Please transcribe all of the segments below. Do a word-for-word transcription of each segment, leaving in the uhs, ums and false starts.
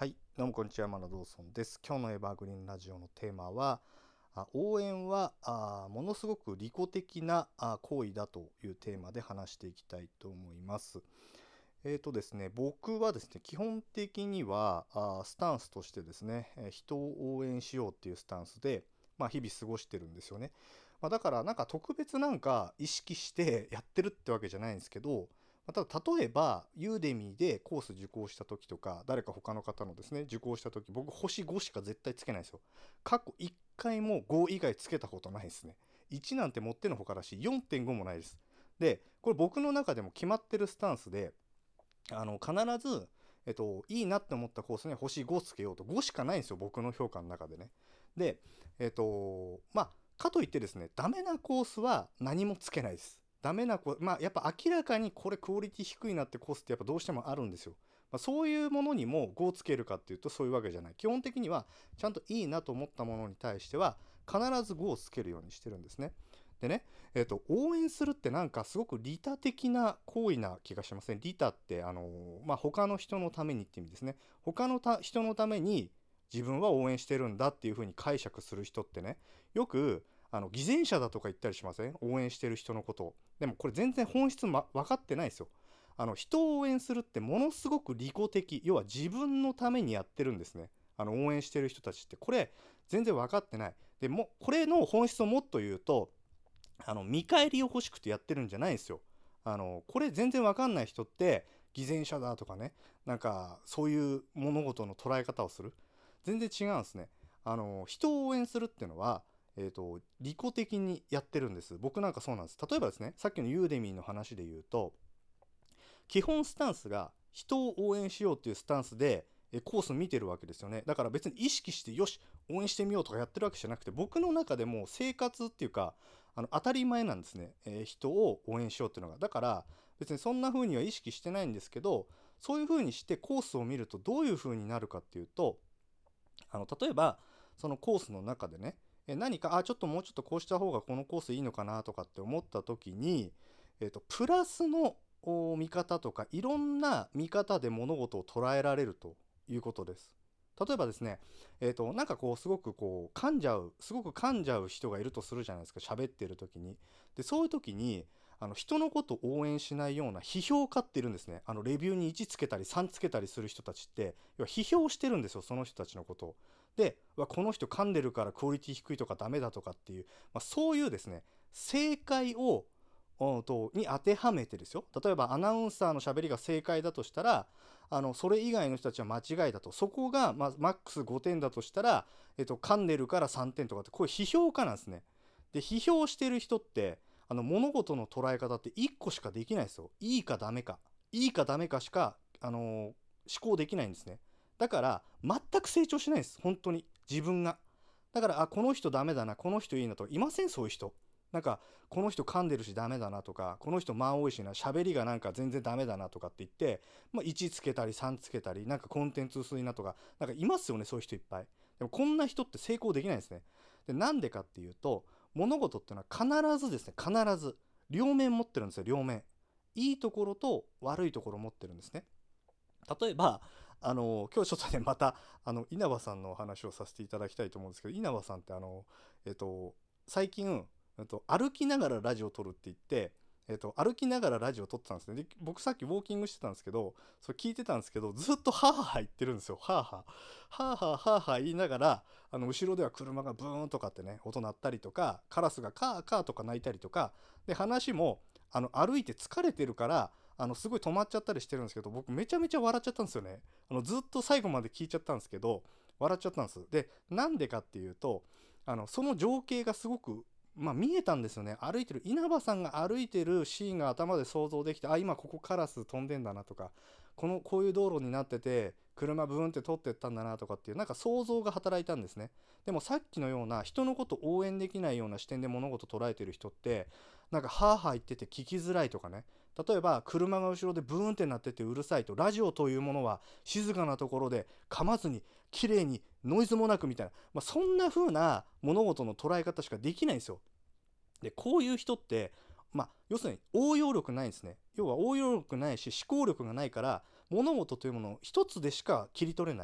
はい、どうもこんにちは、山田ドーソンです。今日のエバーグリーンラジオのテーマは、あ応援はあものすごく利己的なあ行為だというテーマで話していきたいと思います。えーとですね、僕はですね、基本的にはあスタンスとしてですね、えー人を応援しようっていうスタンスで、まあ、日々過ごしてるんですよね。まあ、だからなんか特別なんか意識してやってるってわけじゃないんですけど、まあ、ただ例えばユーデミーでコース受講した時とか誰か他の方のですね受講した時、僕星ごしか絶対つけないんですよ。過去いっかいもご以外つけたことないですね。いちなんてもってのほかだし よんてんご もないです。でこれ僕の中でも決まってるスタンスで、あの必ず、えっと、いいなって思ったコースに星ごつけようと。ごしかないんですよ、僕の評価の中でね。で、えっと、まあ、かといってですね、ダメなコースは何もつけないです。ダメなコース、まあ、やっぱ明らかにこれクオリティ低いなってコースってやっぱどうしてもあるんですよ。まあ、そういうものにもごつけるかっていうとそういうわけじゃない。基本的にはちゃんといいなと思ったものに対しては必ずごをつけるようにしてるんですね。でね、えっと、応援するってなんかすごく利他的な行為な気がしません？利他って、あのーまあ、他の人のためにって意味ですね。他のた人のために自分は応援してるんだっていう風に解釈する人ってね、よく、あの、偽善者だとか言ったりしません？応援してる人のことを。でもこれ全然本質、ま、分かってないですよ。あの、人を応援するってものすごく利己的、要は自分のためにやってるんですね。あの、応援してる人たちって。これ、全然分かってない。でも、これの本質をもっと言うと、あの見返りを欲しくてやってるんじゃないんですよ。あのこれ全然わかんない人って偽善者だとかね、なんかそういう物事の捉え方をする。全然違うんですね。あの人を応援するっていうのは、えーと、利己的にやってるんです。僕なんかそうなんです。例えばですね、さっきのユーデミーの話で言うと、基本スタンスが人を応援しようっていうスタンスでえコース見てるわけですよね。だから別に意識してよし応援してみようとかやってるわけじゃなくて、僕の中でも生活っていうか、あの当たり前なんですね、えー人を応援しようっていうのが。だから別にそんな風には意識してないんですけど、そういう風にしてコースを見るとどういう風になるかっていうと、あの例えばそのコースの中でね、え何かあちょっともうちょっとこうした方がこのコースいいのかなとかって思った時に、えっとプラスの見方とかいろんな見方で物事を捉えられるということです。例えばですね、えっとなんかこうすごくこう噛んじゃうすごく噛んじゃう人がいるとするじゃないですか、喋ってる時に。でそういう時にあの人のことを応援しないような批評家っているんですね。あのレビューにいちつけたりさんつけたりする人たちって要は批評してるんですよ、その人たちのことを。でこの人噛んでるからクオリティ低いとかダメだとかっていう、まあ、そういうですね正解をとに当てはめてですよ。例えばアナウンサーのしゃべりが正解だとしたら、あのそれ以外の人たちは間違いだと。そこが、まあ、マックスごてんだとしたら、えっと、噛んでるからさんてんとかって、こういう批評家なんですね。で批評してる人ってあの物事の捉え方っていっこしかできないですよ。いいかダメかいいかダメかしか、あのー思考できないんですね。だから全く成長しないです、本当に自分が。だからあこの人ダメだなこの人いいなとかいません、そういう人。なんかこの人噛んでるしダメだなとか、この人間多いしな、喋りがなんか全然ダメだなとかって言って、まあ、いちつけたりさんつけたり、なんかコンテンツ薄いなとか、なんかいますよね、そういう人いっぱい。でもこんな人って成功できないんですね。でなんでかっていうと、物事っていうのは必ずですね、必ず両面持ってるんですよ、両面。いいところと悪いところを持ってるんですね。例えばあの今日ちょっとねまたあの稲葉さんのお話をさせていただきたいと思うんですけど、稲葉さんってあのえっと最近、えっと、歩きながらラジオを撮るって言って、えっと、歩きながらラジオを撮ってたんですね。で僕さっきウォーキングしてたんですけど、それ聞いてたんですけど、ずっとハーハー言ってるんですよ。ハーハーハーハーハーハー言いながら、あの後ろでは車がブーンとかってね音鳴ったりとか、カラスがカーカーとか鳴いたりとかで、話もあの歩いて疲れてるからあのすごい止まっちゃったりしてるんですけど、僕めちゃめちゃ笑っちゃったんですよね。あのずっと最後まで聞いちゃったんですけど笑っちゃったんです。でなんでかっていうと、あのその情景がすごくまあ見えたんですよね。歩いてる稲葉さんが歩いてるシーンが頭で想像できて、あ今ここカラス飛んでんだなとか、このこういう道路になってて車ブーンって通ってったんだなとかっていうなんか想像が働いたんですね。でもさっきのような人のこと応援できないような視点で物事捉えてる人って、なんかハーハー言ってて聞きづらいとかね、例えば車が後ろでブーンってなっててうるさいと、ラジオというものは静かなところで噛まずに綺麗にノイズもなくみたいな、まあ、そんな風な物事の捉え方しかできないんですよ。でこういう人ってまあ要するに応用力ないんですね。要は応用力ないし思考力がないから、物事というものを一つでしか切り取れない。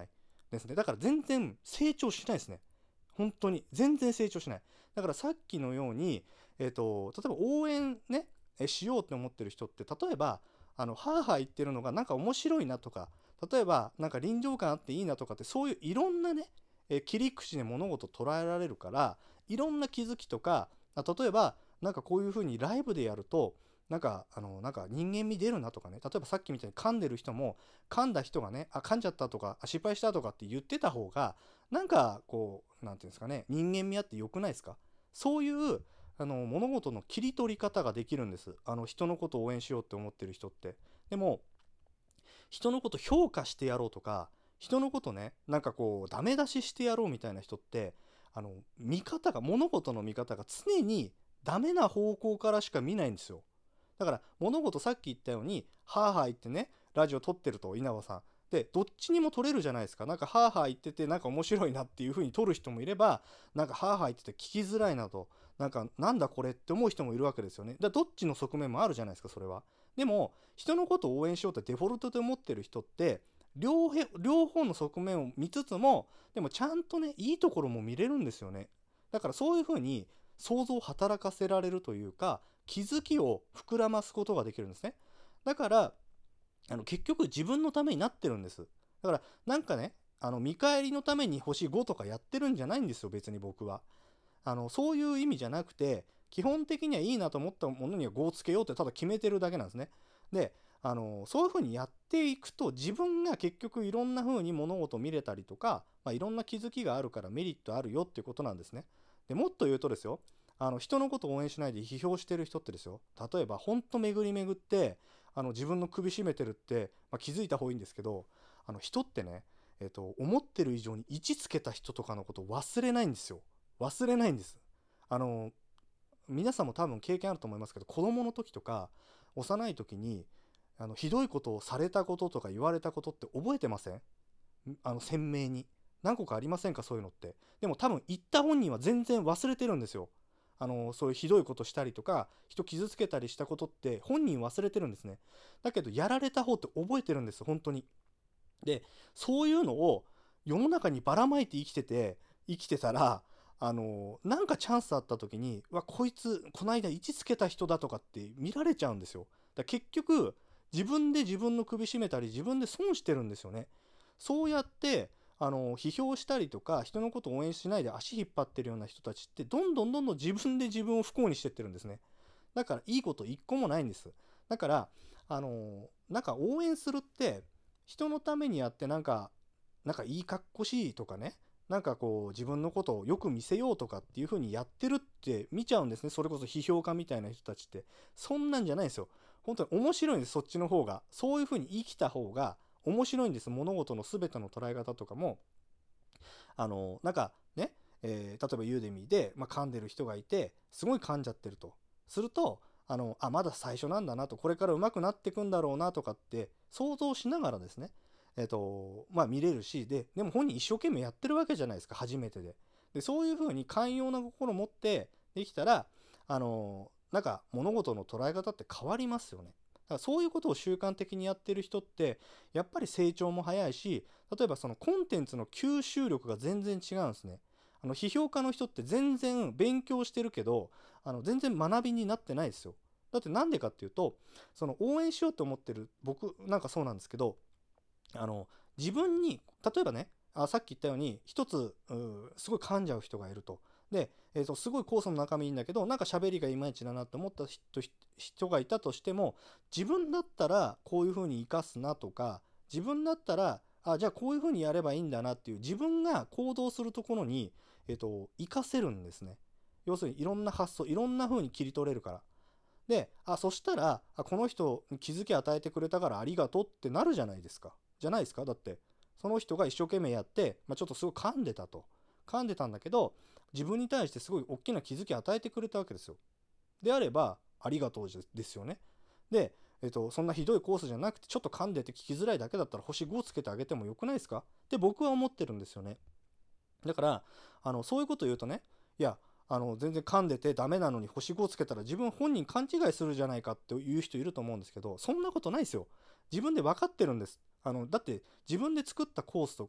ですね。だから全然成長しないですね。本当に全然成長しない。だからさっきのように、えっと、例えば応援ね、えしようって思ってる人って、例えば、あの、はあはあ言ってるのがなんか面白いなとか、例えばなんか臨場感あっていいなとかって、そういういろんなね、え切り口で物事捉えられるから、いろんな気づきとか、あ例えば、なんかこういう風にライブでやると、なんか、あの、なんか人間味出るなとかね、例えばさっきみたいに噛んでる人も、噛んだ人がね、あ、噛んじゃったとか、あ失敗したとかって言ってた方が、なんかこう、なんていうんですかね、人間味あって良くないですか？そういうあの物事の切り取り方ができるんです。あの人のことを応援しようって思ってる人って。でも、人のこと評価してやろうとか、人のことね、なんかこう、ダメ出ししてやろうみたいな人って、あの、見方が、物事の見方が常にダメな方向からしか見ないんですよ。だから、物事さっき言ったように、はぁはぁ言ってね、ラジオ撮ってると、稲葉さん。で、どっちにも撮れるじゃないですか。なんか、はぁはぁ言ってて、なんか面白いなっていう風に撮る人もいれば、なんか、はぁはぁ言ってて聞きづらいなと、なんか、なんだこれって思う人もいるわけですよね。だどっちの側面もあるじゃないですか、それは。でも、人のことを応援しようってデフォルトで思ってる人って、両へ両方の側面を見つつも、でもちゃんとね、いいところも見れるんですよね。だからそういう風に想像を働かせられるというか、気づきを膨らますことができるんですね。だから、あの結局自分のためになってるんです。だからなんかね、あの見返りのために星ごとかやってるんじゃないんですよ、別に僕は。あのそういう意味じゃなくて、基本的にはいいなと思ったものにはごをつけようってただ決めてるだけなんですね。で、あのそういうふうにやっていくと、自分が結局いろんな風に物事を見れたりとか、まあ、いろんな気づきがあるからメリットあるよっていうことなんですね。でもっと言うとですよ、あの人のことを応援しないで批評してる人ってですよ、例えばほんと巡り巡ってあの自分の首絞めてるって、まあ、気づいた方がいいんですけど、あの人ってね、えっと、思ってる以上に位置つけた人とかのことを忘れないんですよ。忘れないんです。あの皆さんも多分経験あると思いますけど、子供の時とか幼い時にあのひどいことをされたこととか言われたことって覚えてません？あの鮮明に何個かありませんか？そういうのって。でも多分言った本人は全然忘れてるんですよ。あのそういうひどいことしたりとか人傷つけたりしたことって本人忘れてるんですね。だけどやられた方って覚えてるんです、本当に。で、そういうのを世の中にばらまいて生きてて生きてたら、あのなんかチャンスあった時に、わこいつこの間位置つけた人だとかって見られちゃうんですよ。だから結局自分で自分の首絞めたり自分で損してるんですよね。そうやってあの批評したりとか人のことを応援しないで足引っ張ってるような人たちって、どんどんどんどん自分で自分を不幸にしてってるんですね。だからいいこと一個もないんです。だからあのなんか応援するって人のためにやって、なんかなんかいいかっこしいとかね、なんかこう自分のことをよく見せようとかっていう風にやってるって見ちゃうんですね。それこそ批評家みたいな人たちって。そんなんじゃないんですよ。本当に面白いんです、そっちの方が。そういう風に生きた方が面白いんです。物事の全ての捉え方とかも、あのなんかね、えー例えばユーデミーで、まあ、噛んでる人がいてすごい噛んじゃってるとすると、あのあまだ最初なんだなと、これから上手くなっていくんだろうなとかって想像しながらですね、えっ、とまあ見れるし、ででも本人一生懸命やってるわけじゃないですか、初めてで。でそういうふうに寛容な心を持ってできたら、あのなんか物事の捉え方って変わりますよね。だからそういうことを習慣的にやってる人ってやっぱり成長も早いし、例えばそのコンテンツの吸収力が全然違うんですね。あの批評家の人って全然勉強してるけど、あの全然学びになってないですよ。だってなんでかっていうと、その応援しようと思ってる僕なんかそうなんですけど、あの自分に例えばね、あさっき言ったように一つうすごい噛んじゃう人がいると。で、えー、とすごいコースの中身いいんだけど、なんか喋りがいまいちだなって思った人人がいたとしても、自分だったらこういう風に生かすなとか、自分だったらあじゃあこういう風にやればいいんだなっていう自分が行動するところに、えー、と活かせるんですね。要するにいろんな発想、いろんな風に切り取れるから。で、あそしたらあこの人に気づき与えてくれたからありがとうってなるじゃないですか。じゃないですか。だってその人が一生懸命やって、まあ、ちょっとすごい噛んでたと。噛んでたんだけど、自分に対してすごい大きな気づきを与えてくれたわけですよ。であれば、ありがとうですよね。で、えっと、そんなひどいコースじゃなくて、ちょっと噛んでて聞きづらいだけだったら星ごつけてあげてもよくないですかって僕は思ってるんですよね。だから、あの、そういうこと言うとね、いや、あの、全然噛んでてダメなのに星ごつけたら自分本人勘違いするじゃないかっていう人いると思うんですけど、そんなことないですよ。自分で分かってるんです。あの、だって自分で作ったコースとか、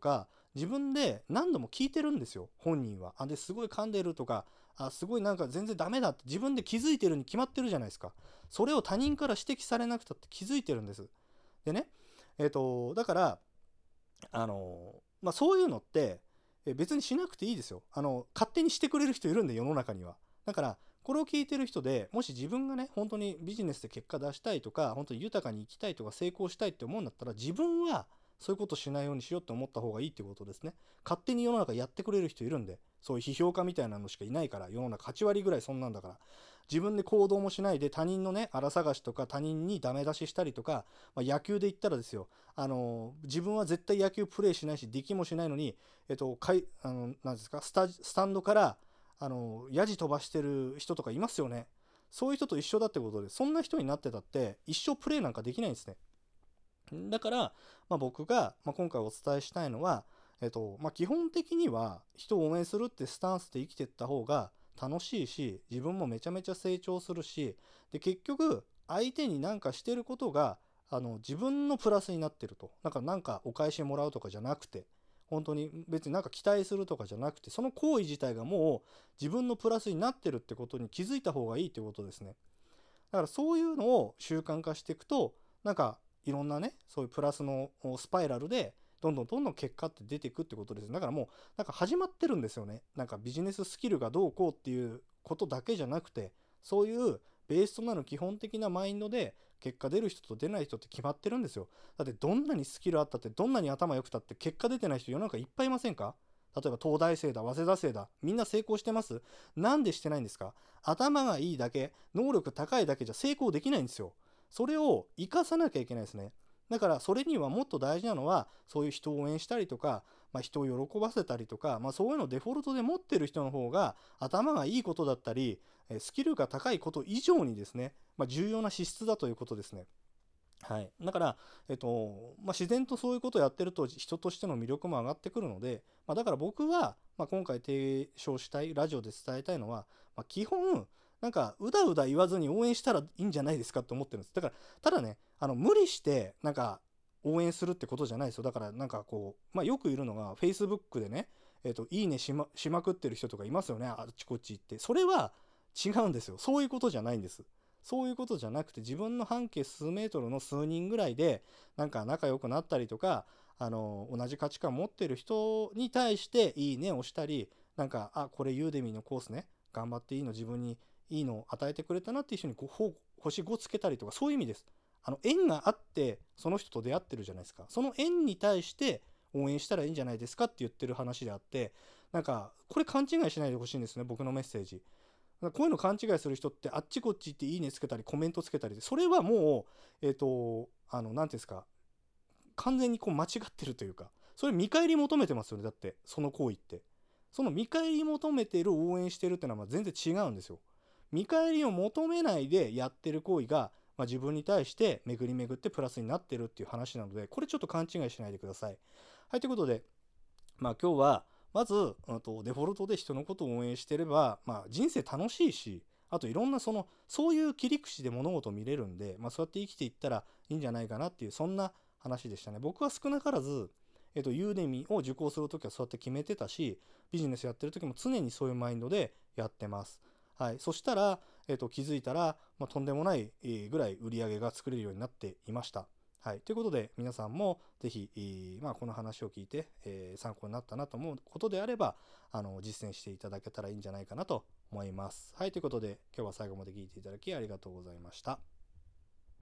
自分で何度も聞いてるんですよ、本人は。あ、ですごい噛んでるとか、あ、すごいなんか全然ダメだって自分で気づいてるに決まってるじゃないですか。それを他人から指摘されなくたって気づいてるんです。でね、えっと、だから、あの、まあ、そういうのって、え別にしなくていいですよ。あの、勝手にしてくれる人いるんで、世の中には。だから、これを聞いてる人で、もし自分がね、本当にビジネスで結果出したいとか、本当に豊かに生きたいとか、成功したいって思うんだったら、自分はそういうことしないようにしようって思った方がいいってことですね。勝手に世の中やってくれる人いるんで、そういう批評家みたいなのしかいないから、世の中はち割ぐらいそんなんだから。自分で行動もしないで他人のね、荒探しとか他人にダメ出ししたりとか、まあ、野球で言ったらですよ、あの自分は絶対野球プレーしないし、できもしないのに、えっと、かいあのなんですかスタ、スタンドからあのヤジ飛ばしてる人とかいますよね。そういう人と一緒だってことで、そんな人になってたって一生プレーなんかできないんですね。だから、まあ、僕が、まあ、今回お伝えしたいのは、えっとまあ、基本的には人を応援するってスタンスで生きていった方が楽しいし、自分もめちゃめちゃ成長するし、で結局相手に何かしてることがあの自分のプラスになってると。なんかなんかお返しもらうとかじゃなくて、本当に別になんか期待するとかじゃなくて、その行為自体がもう自分のプラスになってるってことに気づいた方がいいってことですね。だからそういうのを習慣化していくと、なんかいろんなね、そういうプラスのスパイラルで、どんどんどんどん結果って出ていくってことです。だからもう、なんか始まってるんですよね。なんかビジネススキルがどうこうっていうことだけじゃなくて、そういうベースとなる基本的なマインドで、結果出る人と出ない人って決まってるんですよ。だってどんなにスキルあったって、どんなに頭良くたって結果出てない人世の中いっぱいいませんか？例えば東大生だ、早稲田生だ、みんな成功してます？なんでしてないんですか？頭がいいだけ、能力高いだけじゃ成功できないんですよ。それを活かさなきゃいけないですね。だからそれにはもっと大事なのは、そういう人を応援したりとか、まあ、人を喜ばせたりとか、まあ、そういうのをデフォルトで持ってる人の方が頭がいいことだったり、スキルが高いこと以上にですね、まあ、重要な資質だということですね。はい、だから、えっとまあ、自然とそういうことをやってると人としての魅力も上がってくるので、まあ、だから僕は、まあ、今回提唱したいラジオで伝えたいのは、まあ、基本なんかうだうだ言わずに応援したらいいんじゃないですかって思ってるんです。だからただね、あの無理してなんか応援するってことじゃないですよ。だからなんかこう、まあ、よくいるのが Facebook でね、えっと、いいねしま、しまくってる人とかいますよね、あっちこっち行って。それは違うんですよ。そういうことじゃないんです。そういうことじゃなくて、自分の半径数メートルの数人ぐらいでなんか仲良くなったりとか、あの同じ価値観を持ってる人に対していいねをしたり、なんか、あ、これユーデミーのコースね、頑張っていいの、自分にいいのを与えてくれたなっていう人にこう星ごつけたりとか、そういう意味です。あの縁があってその人と出会ってるじゃないですか。その縁に対して応援したらいいんじゃないですかって言ってる話であって、なんかこれ勘違いしないでほしいんですね、僕のメッセージ。こういうの勘違いする人って、あっちこっち行っていいねつけたりコメントつけたりで、それはもう、えっと、あの、なんていうんですか、完全にこう間違ってるというか、それ見返り求めてますよね、だって、その行為って。その見返り求めてる応援してるってのはまあ全然違うんですよ。見返りを求めないでやってる行為が、まあ、自分に対して巡り巡ってプラスになってるっていう話なので、これちょっと勘違いしないでください。はい、ということで、まあ今日は、まず、うんと、デフォルトで人のことを応援してれば、まあ人生楽しいし、あといろんなその、そういう切り口で物事を見れるんで、まあそうやって生きていったらいいんじゃないかなっていう、そんな話でしたね。僕は少なからず、えっと、ユーデミを受講するときはそうやって決めてたし、ビジネスやってるときも常にそういうマインドでやってます。はい。そしたら、えっと、気づいたら、まあ、とんでもないぐらい売り上げが作れるようになっていました。はい。ということで、皆さんもぜひ、えーまあ、この話を聞いて、えー参考になったなと思うことであれば、あの、実践していただけたらいいんじゃないかなと思います。はい。ということで、今日は最後まで聞いていただきありがとうございました。